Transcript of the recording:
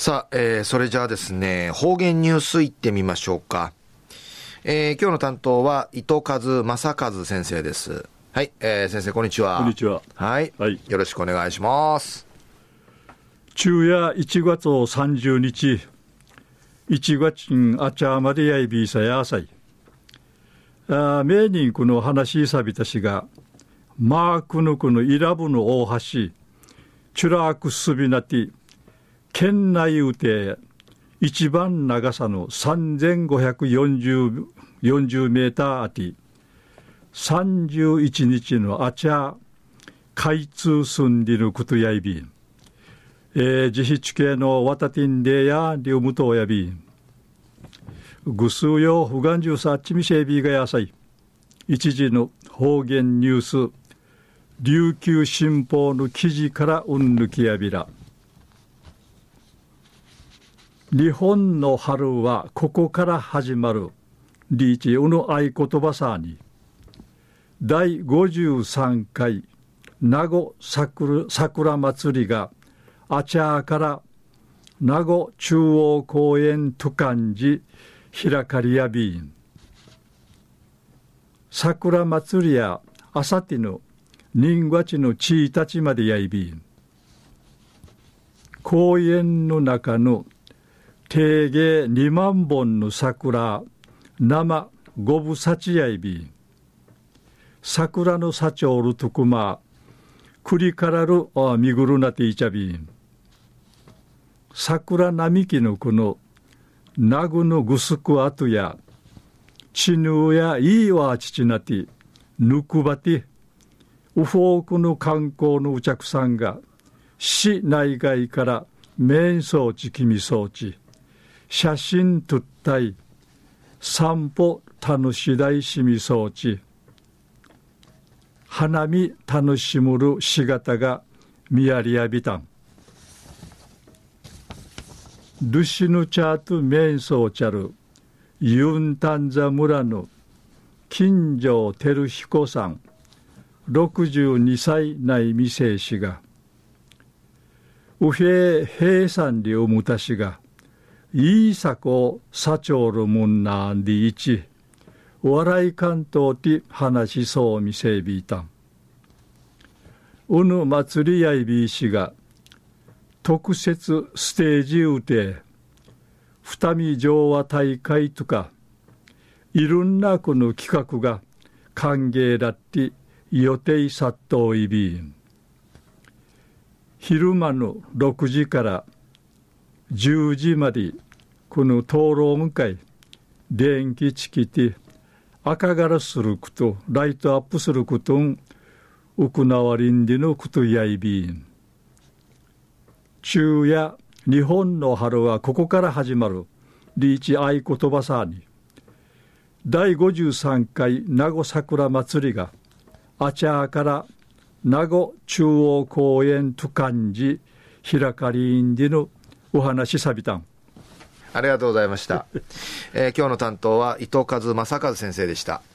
さあ、それじゃあですね、方言ニュースいってみましょうか。今日の担当は伊藤正和先生です。はい、先生こんにちは。 こんにちは。 はい、 はい、 よろしくお願いします。 昼夜1月30日1月あちゃまでやいびいさやさい名人この話さびたしがマークのこのイラブの大橋チュラークスビナティ県内うて一番長さの3540メーターあて31日のあちゃ開通すんでることやいびん自費地形のワタティンデやリウムトやびんぐすうよ不願中さっちみせびがやさい一時の方言ニュース琉球新報の記事からうんぬきやびら日本の春はここから始まるリーチウの合言葉さに第53回名護桜祭りがあちゃーから名護中央公園と漢字開かりやびん桜祭りやあさての人月のちいたちまでやいびん公園の中の定芸2万本の桜生五分幸やいびん桜のさちょるとくま栗からるみぐるなていちゃびん桜並木のこのなぐのぐすくあとやちぬやいいわちちなてぬくばてウフォークの観光のお客さんが市内外から面相地君装置写真撮ったい散歩楽しだいしみ装置花見楽しむるしがたがみやりやびたんルシヌチャートメンソーチャルユンタンザ村の金城照彦さん62歳内未成氏がウヘ平さんりおむたしがいいさこさちょうるもんなんでいち笑い関東て話しそうみせびいたんうぬ祭りやいびいしが特設ステージうて二見上和大会とかいろんなこの企画が歓迎だって予定殺到いびん昼間の6時から10時までこの討論会電気チキて赤がらすることライトアップすることん行わりんでのことやいびん中や日本の春はここから始まるリーチ合言葉さに第53回名護桜祭りがあちゃーから名護中央公園と漢字開かりんでのお話さびたんありがとうございました、今日の担当は伊藤正和先生でした。